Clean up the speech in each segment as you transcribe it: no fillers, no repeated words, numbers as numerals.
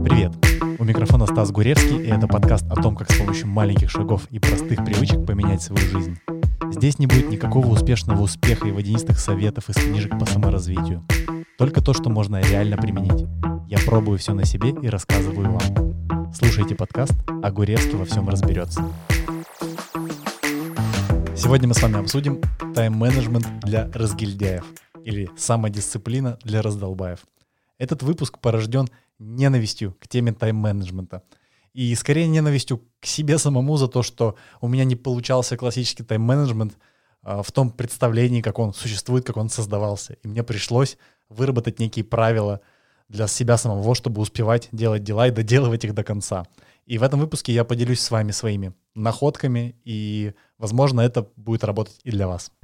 Привет! У микрофона Стас Гуревский, и это подкаст о том, как с помощью маленьких шагов и простых привычек поменять свою жизнь. Здесь не будет никакого успешного успеха и водянистых советов из книжек по саморазвитию. Только то, что можно реально применить. Я пробую все на себе и рассказываю вам. Слушайте подкаст, а Гуревский во всем разберется. Сегодня мы с вами обсудим тайм-менеджмент для разгильдяев или самодисциплина для раздолбаев. Этот выпуск порожден ненавистью к теме тайм-менеджмента. И скорее ненавистью к себе самому за то, что у меня не получался классический тайм-менеджмент в том представлении, как он существует, как он создавался. И мне пришлось выработать некие правила для себя самого, чтобы успевать делать дела и доделывать их до конца. И в этом выпуске я поделюсь с вами своими находками, и, возможно, это будет работать и для вас.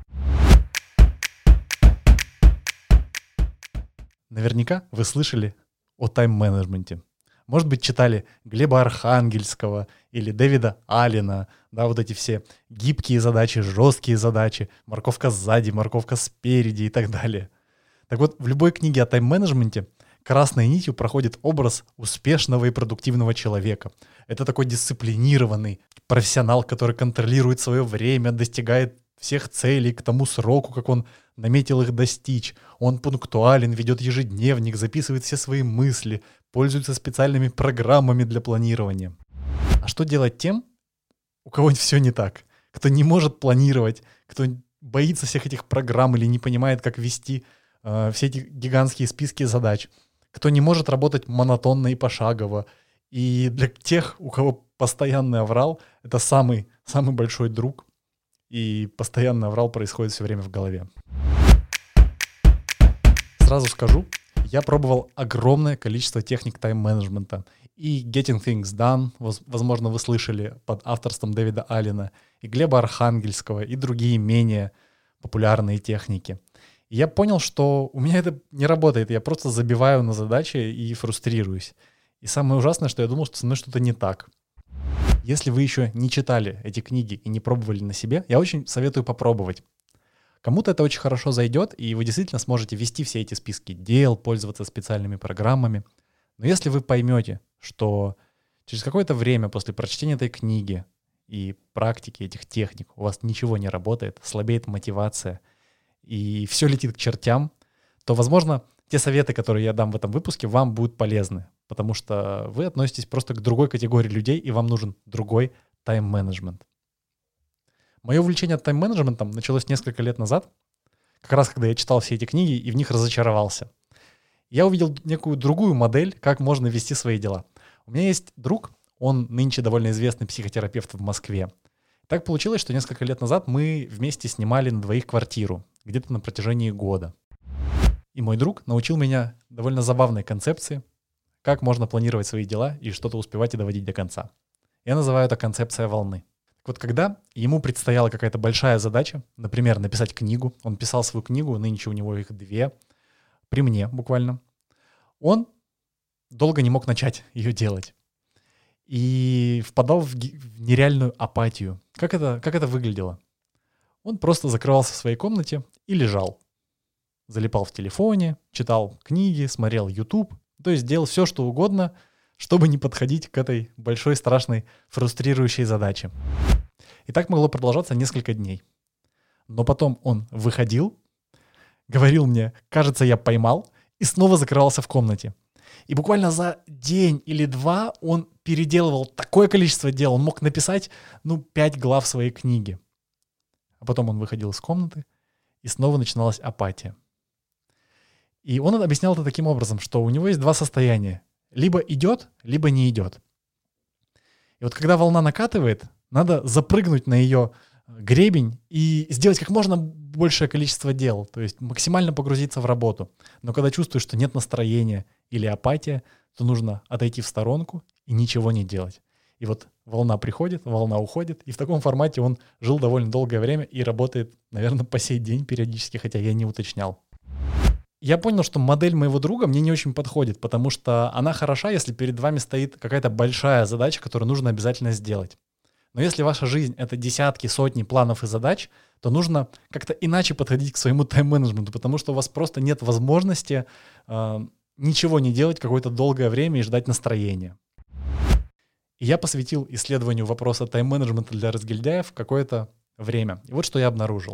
Наверняка вы слышали о тайм-менеджменте. Может быть, читали Глеба Архангельского или Дэвида Аллена, да, вот эти все гибкие задачи, жесткие задачи, морковка сзади, морковка спереди и так далее. Так вот, в любой книге о тайм-менеджменте красной нитью проходит образ успешного и продуктивного человека. Это такой дисциплинированный профессионал, который контролирует свое время, достигает всех целей к тому сроку, как он наметил их достичь. Он пунктуален, ведет ежедневник, записывает все свои мысли, пользуется специальными программами для планирования. А что делать тем, у кого все не так? Кто не может планировать, кто боится всех этих программ или не понимает, как вести все эти гигантские списки задач? Кто не может работать монотонно и пошагово? И для тех, у кого постоянный аврал, это самый большой друг. И постоянный аврал происходит все время в голове. Сразу скажу, я пробовал огромное количество техник тайм-менеджмента. И Getting Things Done, возможно, вы слышали, под авторством Дэвида Аллена, и Глеба Архангельского, и другие менее популярные техники. И я понял, что у меня это не работает, я просто забиваю на задачи и фрустрируюсь. И самое ужасное, что я думал, что со мной что-то не так. Если вы еще не читали эти книги и не пробовали на себе, я очень советую попробовать. Кому-то это очень хорошо зайдет, и вы действительно сможете вести все эти списки дел, пользоваться специальными программами. Но если вы поймете, что через какое-то время после прочтения этой книги и практики этих техник у вас ничего не работает, слабеет мотивация, и все летит к чертям, то, возможно, те советы, которые я дам в этом выпуске, вам будут полезны, потому что вы относитесь просто к другой категории людей, и вам нужен другой тайм-менеджмент. Мое увлечение тайм-менеджментом началось несколько лет назад, как раз когда я читал все эти книги и в них разочаровался. Я увидел некую другую модель, как можно вести свои дела. У меня есть друг, он нынче довольно известный психотерапевт в Москве. Так получилось, что несколько лет назад мы вместе снимали на двоих квартиру, где-то на протяжении года. И мой друг научил меня довольно забавной концепции, как можно планировать свои дела и что-то успевать и доводить до конца. Я называю это концепция волны. Так вот, когда ему предстояла какая-то большая задача, например, написать книгу, он писал свою книгу, нынче у него их 2, при мне буквально, он долго не мог начать ее делать. И впадал в нереальную апатию. Как это выглядело? Он просто закрывался в своей комнате и лежал. Залипал в телефоне, читал книги, смотрел YouTube, то есть делал все, что угодно, чтобы не подходить к этой большой, страшной, фрустрирующей задаче. И так могло продолжаться несколько дней. Но потом он выходил, говорил мне: кажется, я поймал, и снова закрывался в комнате. И буквально за день или 2 он переделывал такое количество дел, он мог написать, 5 глав своей книги. А потом он выходил из комнаты, и снова начиналась апатия. И он объяснял это таким образом, что у него есть 2 состояния. Либо идет, либо не идет. И вот когда волна накатывает, надо запрыгнуть на ее гребень и сделать как можно большее количество дел, то есть максимально погрузиться в работу. Но когда чувствуешь, что нет настроения или апатия, то нужно отойти в сторонку и ничего не делать. И вот волна приходит, волна уходит, и в таком формате он жил довольно долгое время и работает, наверное, по сей день периодически, хотя я не уточнял. Я понял, что модель моего друга мне не очень подходит, потому что она хороша, если перед вами стоит какая-то большая задача, которую нужно обязательно сделать. Но если ваша жизнь — это десятки, сотни планов и задач, то нужно как-то иначе подходить к своему тайм-менеджменту, потому что у вас просто нет возможности ничего не делать какое-то долгое время и ждать настроения. И я посвятил исследованию вопроса тайм-менеджмента для разгильдяев какое-то время. И вот что я обнаружил.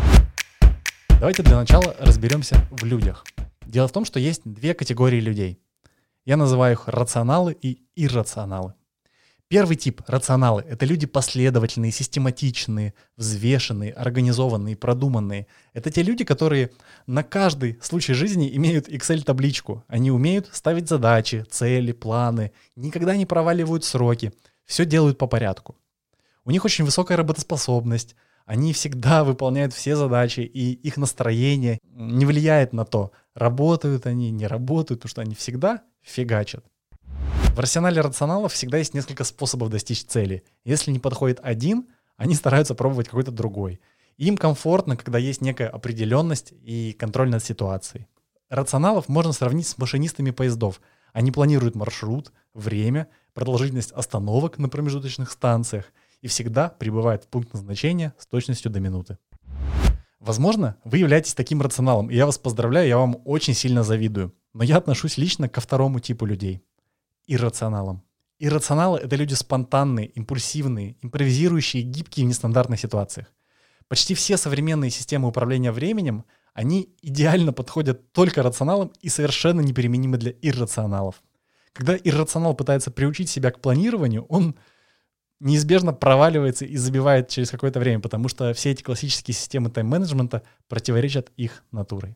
Давайте для начала разберемся в людях. Дело в том, что есть две категории людей. Я называю их рационалы и иррационалы. Первый тип, рационалы, это люди последовательные, систематичные, взвешенные, организованные, продуманные. Это те люди, которые на каждый случай жизни имеют Excel-табличку. Они умеют ставить задачи, цели, планы, никогда не проваливают сроки, все делают по порядку. У них очень высокая работоспособность, они всегда выполняют все задачи, и их настроение не влияет на то, работают они, не работают, потому что они всегда фигачат. В арсенале рационалов всегда есть несколько способов достичь цели. Если не подходит один, они стараются пробовать какой-то другой. Им комфортно, когда есть некая определенность и контроль над ситуацией. Рационалов можно сравнить с машинистами поездов. Они планируют маршрут, время, продолжительность остановок на промежуточных станциях и всегда прибывают в пункт назначения с точностью до минуты. Возможно, вы являетесь таким рационалом, и я вас поздравляю, я вам очень сильно завидую. Но я отношусь лично ко второму типу людей. Иррационалам. Иррационалы — это люди спонтанные, импульсивные, импровизирующие, гибкие в нестандартных ситуациях. Почти все современные системы управления временем, они идеально подходят только рационалам и совершенно неприменимы для иррационалов. Когда иррационал пытается приучить себя к планированию, он неизбежно проваливается и забивает через какое-то время, потому что все эти классические системы тайм-менеджмента противоречат их натурой.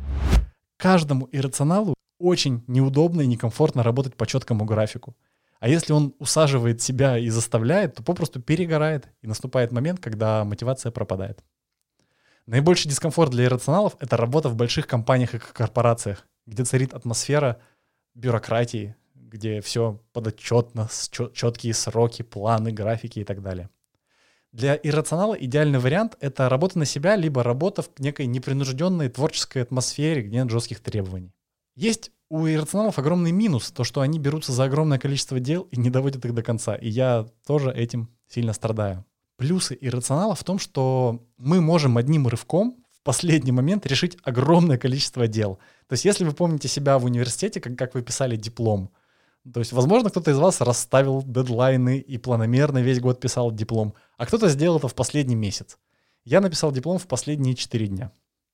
Каждому иррационалу очень неудобно и некомфортно работать по четкому графику. А если он усаживает себя и заставляет, то попросту перегорает, и наступает момент, когда мотивация пропадает. Наибольший дискомфорт для иррационалов — это работа в больших компаниях и корпорациях, где царит атмосфера бюрократии, где все подотчетно, четкие сроки, планы, графики и так далее. Для иррационала идеальный вариант — это работа на себя, либо работа в некой непринужденной творческой атмосфере, где нет жестких требований. Есть у иррационалов огромный минус, то, что они берутся за огромное количество дел и не доводят их до конца. И я тоже этим сильно страдаю. Плюсы иррационалов в том, что мы можем одним рывком в последний момент решить огромное количество дел. То есть если вы помните себя в университете, как вы писали диплом, то есть, возможно, кто-то из вас расставил дедлайны и планомерно весь год писал диплом, а кто-то сделал это в последний месяц. Я написал диплом в последние 4 дня.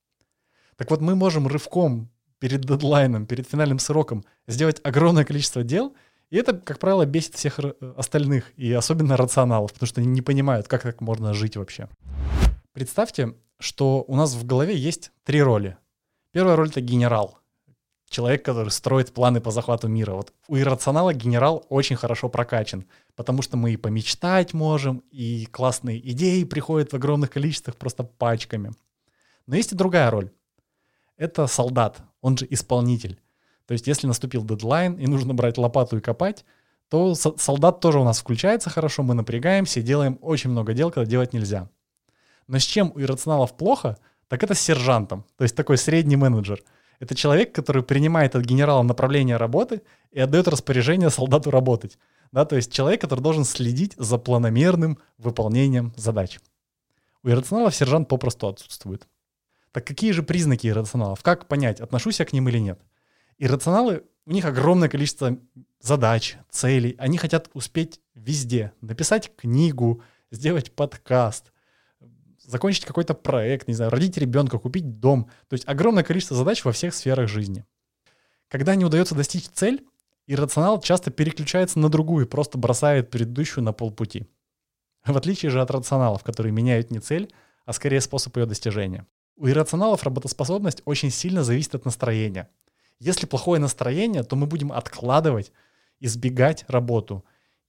Так вот, мы можем рывком перед дедлайном, перед финальным сроком сделать огромное количество дел, и это, как правило, бесит всех остальных, и особенно рационалов, потому что они не понимают, как так можно жить вообще. Представьте, что у нас в голове есть 3 роли. Первая роль — это генерал. Человек, который строит планы по захвату мира. Вот у иррационала генерал очень хорошо прокачан, потому что мы и помечтать можем, и классные идеи приходят в огромных количествах просто пачками. Но есть и другая роль. Это солдат, он же исполнитель. То есть если наступил дедлайн и нужно брать лопату и копать, то солдат тоже у нас включается хорошо, мы напрягаемся и делаем очень много дел, когда делать нельзя. Но с чем у иррационалов плохо, так это с сержантом, то есть такой средний менеджер. Это человек, который принимает от генерала направление работы и отдает распоряжение солдату работать. Да, то есть человек, который должен следить за планомерным выполнением задач. У иррационалов сержант попросту отсутствует. Так какие же признаки иррационалов? Как понять, отношусь я к ним или нет? Иррационалы, у них огромное количество задач, целей. Они хотят успеть везде. Написать книгу, сделать подкаст, закончить какой-то проект, не знаю, родить ребенка, купить дом. То есть огромное количество задач во всех сферах жизни. Когда не удается достичь цель, иррационал часто переключается на другую, просто бросает предыдущую на полпути. В отличие же от рационалов, которые меняют не цель, а скорее способ ее достижения. У иррационалов работоспособность очень сильно зависит от настроения. Если плохое настроение, то мы будем откладывать, избегать работу.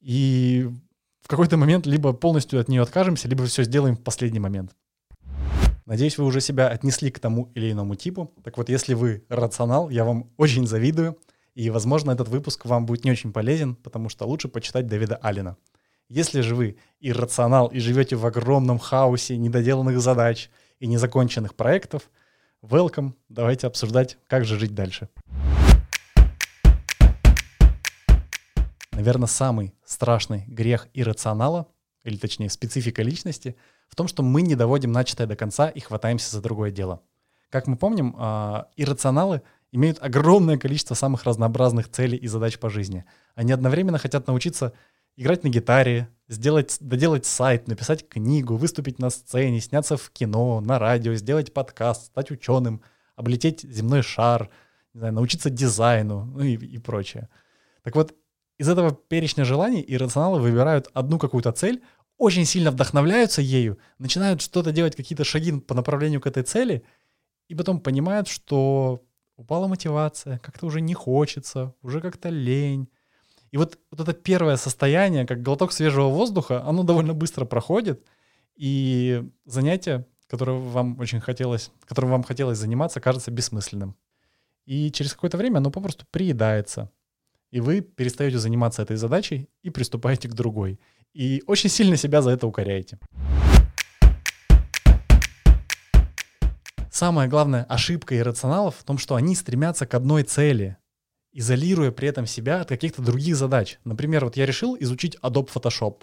И в какой-то момент либо полностью от нее откажемся, либо все сделаем в последний момент. Надеюсь, вы уже себя отнесли к тому или иному типу. Так вот, если вы рационал, я вам очень завидую. И, возможно, этот выпуск вам будет не очень полезен, потому что лучше почитать Дэвида Аллена. Если же вы иррационал и живете в огромном хаосе недоделанных задач и незаконченных проектов, welcome, давайте обсуждать, как же жить дальше. Наверное, самый страшный грех иррационала, или точнее специфика личности, в том, что мы не доводим начатое до конца и хватаемся за другое дело. Как мы помним, иррационалы имеют огромное количество самых разнообразных целей и задач по жизни. Они одновременно хотят научиться играть на гитаре, доделать сайт, написать книгу, выступить на сцене, сняться в кино, на радио, сделать подкаст, стать ученым, облететь земной шар, не знаю, научиться дизайну, ну и прочее. Так вот, из этого перечня желаний иррационалы выбирают одну какую-то цель, очень сильно вдохновляются ею, начинают что-то делать, какие-то шаги по направлению к этой цели, и потом понимают, что упала мотивация, как-то уже не хочется, уже как-то лень. И вот это первое состояние, как глоток свежего воздуха, оно довольно быстро проходит, и занятие, которым вам хотелось заниматься, кажется бессмысленным. И через какое-то время оно попросту приедается, и вы перестаете заниматься этой задачей и приступаете к другой. И очень сильно себя за это укоряете. Самая главная ошибка иррационалов в том, что они стремятся к одной цели, изолируя при этом себя от каких-то других задач. Например, вот я решил изучить Adobe Photoshop.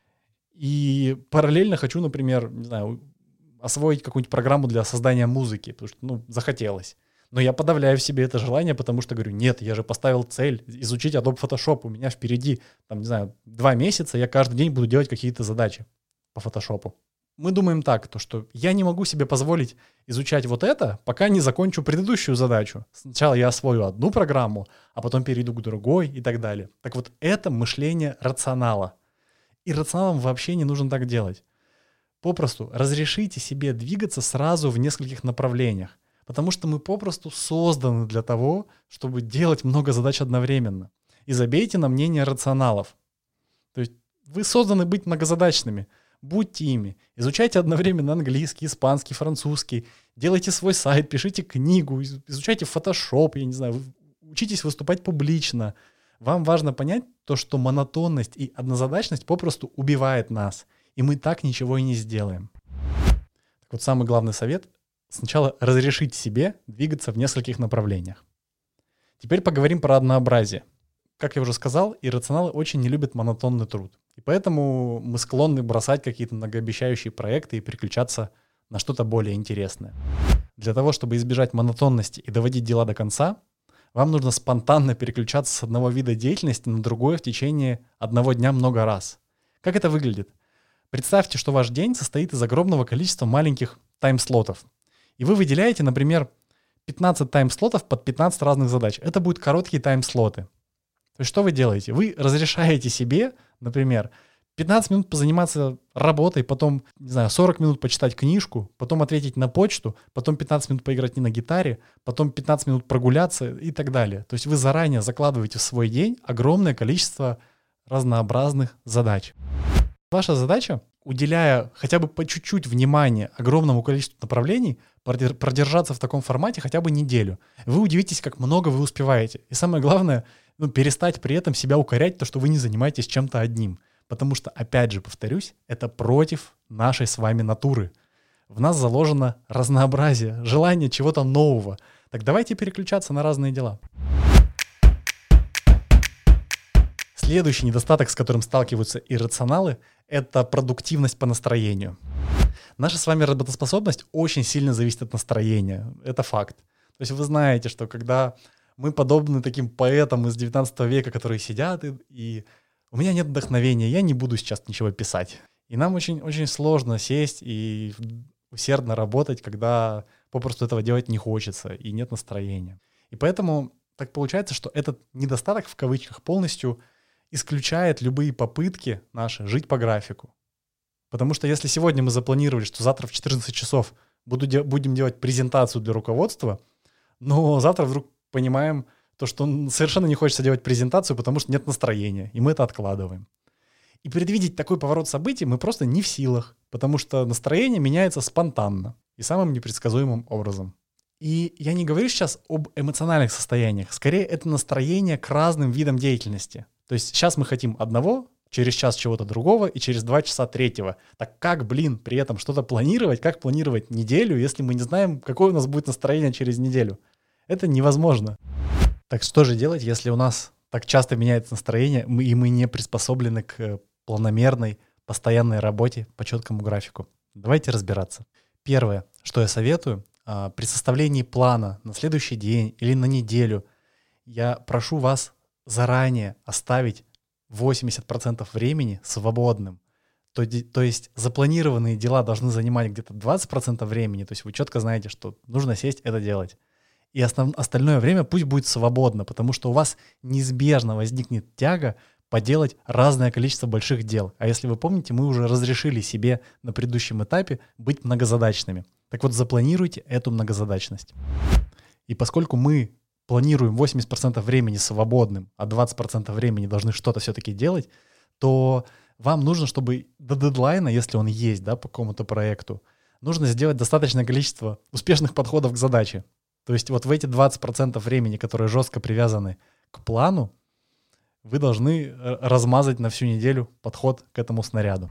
И параллельно хочу, например, не знаю, освоить какую-нибудь программу для создания музыки, потому что, захотелось. Но я подавляю в себе это желание, потому что говорю, нет, я же поставил цель изучить Adobe Photoshop. У меня впереди, 2 месяца, я каждый день буду делать какие-то задачи по Photoshop. Мы думаем так, что я не могу себе позволить изучать вот это, пока не закончу предыдущую задачу. Сначала я освою одну программу, а потом перейду к другой и так далее. Так вот, это мышление рационала. И рационалам вообще не нужно так делать. Попросту разрешите себе двигаться сразу в нескольких направлениях, потому что мы попросту созданы для того, чтобы делать много задач одновременно. И забейте на мнение рационалов. То есть вы созданы быть многозадачными. Будьте ими. Изучайте одновременно английский, испанский, французский. Делайте свой сайт, пишите книгу, изучайте Photoshop, я не знаю, учитесь выступать публично. Вам важно понять то, что монотонность и однозадачность попросту убивает нас. И мы так ничего и не сделаем. Так вот, самый главный совет — сначала разрешить себе двигаться в нескольких направлениях. Теперь поговорим про однообразие. Как я уже сказал, иррационалы очень не любят монотонный труд. И поэтому мы склонны бросать какие-то многообещающие проекты и переключаться на что-то более интересное. Для того, чтобы избежать монотонности и доводить дела до конца, вам нужно спонтанно переключаться с одного вида деятельности на другое в течение одного дня много раз. Как это выглядит? Представьте, что ваш день состоит из огромного количества маленьких тайм-слотов. И вы выделяете, например, 15 тайм-слотов под 15 разных задач. Это будут короткие тайм-слоты. То есть что вы делаете? Вы разрешаете себе, например, 15 минут позаниматься работой, потом, 40 минут почитать книжку, потом ответить на почту, потом 15 минут поиграть на гитаре, потом 15 минут прогуляться и так далее. То есть вы заранее закладываете в свой день огромное количество разнообразных задач. Ваша задача, уделяя хотя бы по чуть-чуть внимания огромному количеству направлений, продержаться в таком формате хотя бы неделю. Вы удивитесь, как много вы успеваете. И самое главное, перестать при этом себя укорять, то, что вы не занимаетесь чем-то одним. Потому что, опять же, повторюсь, это против нашей с вами натуры. В нас заложено разнообразие, желание чего-то нового. Так давайте переключаться на разные дела. Следующий недостаток, с которым сталкиваются иррационалы, это продуктивность по настроению. Наша с вами работоспособность очень сильно зависит от настроения. Это факт. То есть вы знаете, что когда мы подобны таким поэтам из 19 века, которые сидят и у меня нет вдохновения, я не буду сейчас ничего писать. И нам очень сложно сесть и усердно работать, когда попросту этого делать не хочется и нет настроения. И поэтому так получается, что этот недостаток в кавычках полностью исключает любые попытки наши жить по графику. Потому что если сегодня мы запланировали, что завтра в 14 часов будем делать презентацию для руководства, но завтра вдруг понимаем, то, что совершенно не хочется делать презентацию, потому что нет настроения, и мы это откладываем. И предвидеть такой поворот событий мы просто не в силах, потому что настроение меняется спонтанно и самым непредсказуемым образом. И я не говорю сейчас об эмоциональных состояниях, скорее это настроение к разным видам деятельности. То есть сейчас мы хотим одного, через час чего-то другого и через 2 часа третьего. Так как, при этом что-то планировать, как планировать неделю, если мы не знаем, какое у нас будет настроение через неделю? Это невозможно. Так что же делать, если у нас так часто меняется настроение, и мы не приспособлены к планомерной, постоянной работе по четкому графику? Давайте разбираться. Первое, что я советую, при составлении плана на следующий день или на неделю, я прошу вас заранее оставить 80% времени свободным. То есть запланированные дела должны занимать где-то 20% времени, то есть вы четко знаете, что нужно сесть это делать. И остальное время пусть будет свободно, потому что у вас неизбежно возникнет тяга поделать разное количество больших дел. А если вы помните, мы уже разрешили себе на предыдущем этапе быть многозадачными. Так вот, запланируйте эту многозадачность. И поскольку мы планируем 80% времени свободным, а 20% времени должны что-то все-таки делать, то вам нужно, чтобы до дедлайна, если он есть, да, по какому-то проекту, нужно сделать достаточное количество успешных подходов к задаче. То есть вот в эти 20% времени, которые жестко привязаны к плану, вы должны размазать на всю неделю подход к этому снаряду.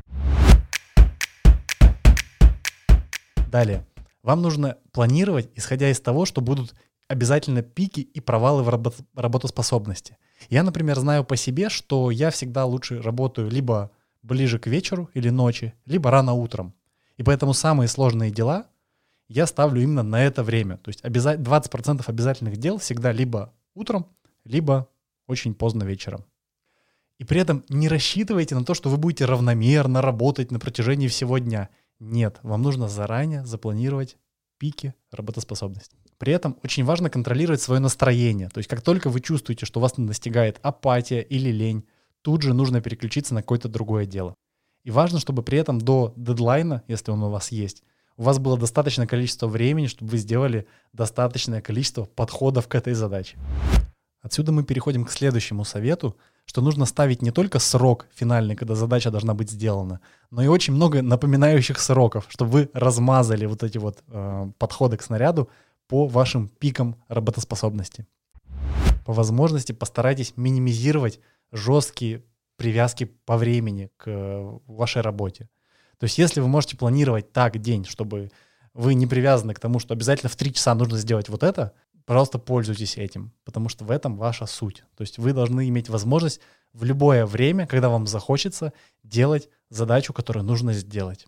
Далее. Вам нужно планировать, исходя из того, что будут обязательно пики и провалы в работоспособности. Я, например, знаю по себе, что я всегда лучше работаю либо ближе к вечеру или ночи, либо рано утром. И поэтому самые сложные дела я ставлю именно на это время. То есть 20% обязательных дел всегда либо утром, либо очень поздно вечером. И при этом не рассчитывайте на то, что вы будете равномерно работать на протяжении всего дня. Нет, вам нужно заранее запланировать пики работоспособности. При этом очень важно контролировать свое настроение. То есть как только вы чувствуете, что вас настигает апатия или лень, тут же нужно переключиться на какое-то другое дело. И важно, чтобы при этом до дедлайна, если он у вас есть, у вас было достаточное количество времени, чтобы вы сделали достаточное количество подходов к этой задаче. Отсюда мы переходим к следующему совету, что нужно ставить не только срок финальный, когда задача должна быть сделана, но и очень много напоминающих сроков, чтобы вы размазали вот эти вот подходы к снаряду по вашим пикам работоспособности. По возможности постарайтесь минимизировать жесткие привязки по времени к вашей работе. То есть если вы можете планировать так день, чтобы вы не привязаны к тому, что обязательно в 3 часа нужно сделать вот это, пожалуйста, пользуйтесь этим, потому что в этом ваша суть. То есть вы должны иметь возможность в любое время, когда вам захочется, делать задачу, которую нужно сделать.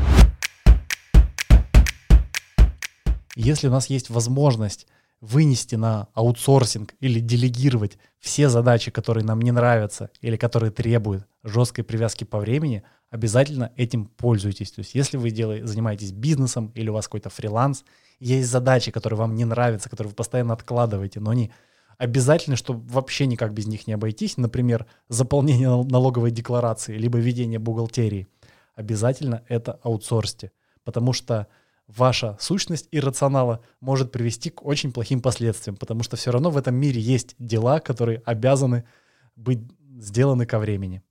Если у нас есть возможность вынести на аутсорсинг или делегировать все задачи, которые нам не нравятся или которые требуют жесткой привязки по времени, обязательно этим пользуйтесь. То есть если вы занимаетесь бизнесом или у вас какой-то фриланс, есть задачи, которые вам не нравятся, которые вы постоянно откладываете, но они обязательны, чтобы вообще никак без них не обойтись. Например, заполнение налоговой декларации, либо ведение бухгалтерии. Обязательно это аутсорсьте, потому что ваша сущность иррационала может привести к очень плохим последствиям, потому что все равно в этом мире есть дела, которые обязаны быть сделаны ко времени.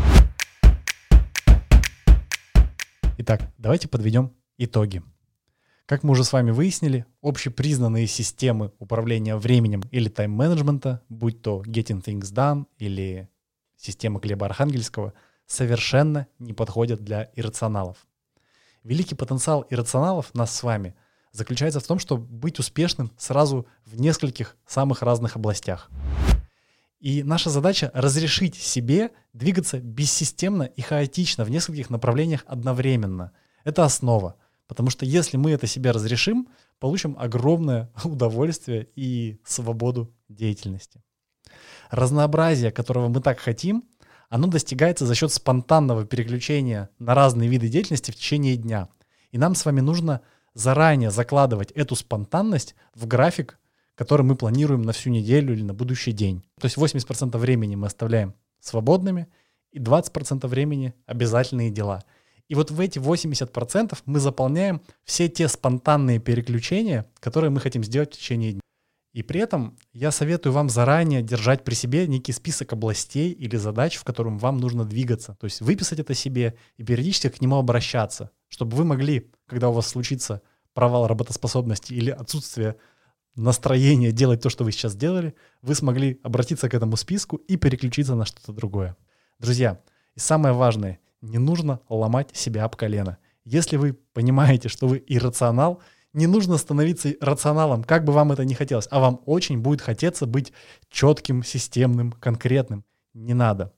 Итак, давайте подведем итоги. Как мы уже с вами выяснили, общепризнанные системы управления временем или тайм-менеджмента, будь то Getting Things Done или система Глеба Архангельского, совершенно не подходят для иррационалов. Великий потенциал иррационалов, нас с вами, заключается в том, чтобы быть успешным сразу в нескольких самых разных областях. И наша задача — разрешить себе двигаться бессистемно и хаотично в нескольких направлениях одновременно. Это основа. Потому что если мы это себе разрешим, получим огромное удовольствие и свободу деятельности. Разнообразие, которого мы так хотим, оно достигается за счет спонтанного переключения на разные виды деятельности в течение дня. И нам с вами нужно заранее закладывать эту спонтанность в график, который мы планируем на всю неделю или на будущий день. То есть 80% времени мы оставляем свободными, и 20% времени обязательные дела. И вот в эти 80% мы заполняем все те спонтанные переключения, которые мы хотим сделать в течение дня. И при этом я советую вам заранее держать при себе некий список областей или задач, в котором вам нужно двигаться. То есть выписать это себе и периодически к нему обращаться, чтобы вы могли, когда у вас случится провал работоспособности или отсутствие настроения делать то, что вы сейчас делали, вы смогли обратиться к этому списку и переключиться на что-то другое. Друзья, и самое важное, не нужно ломать себя об колено. Если вы понимаете, что вы иррационал, не нужно становиться рационалом, как бы вам это ни хотелось, а вам очень будет хотеться быть четким, системным, конкретным. Не надо.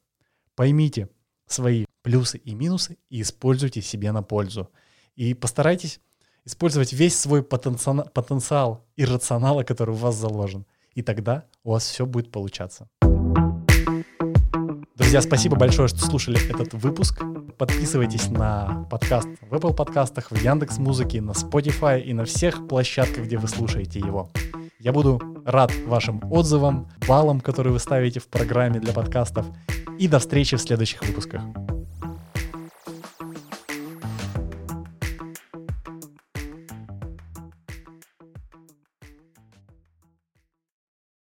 Поймите свои плюсы и минусы и используйте себе на пользу. И постарайтесь Использовать весь свой потенциал иррационала, который в вас заложен. И тогда у вас все будет получаться. Друзья, спасибо большое, что слушали этот выпуск. Подписывайтесь на подкаст в Apple подкастах, в Яндекс.Музыке, на Spotify и на всех площадках, где вы слушаете его. Я буду рад вашим отзывам, баллам, которые вы ставите в программе для подкастов. И до встречи в следующих выпусках.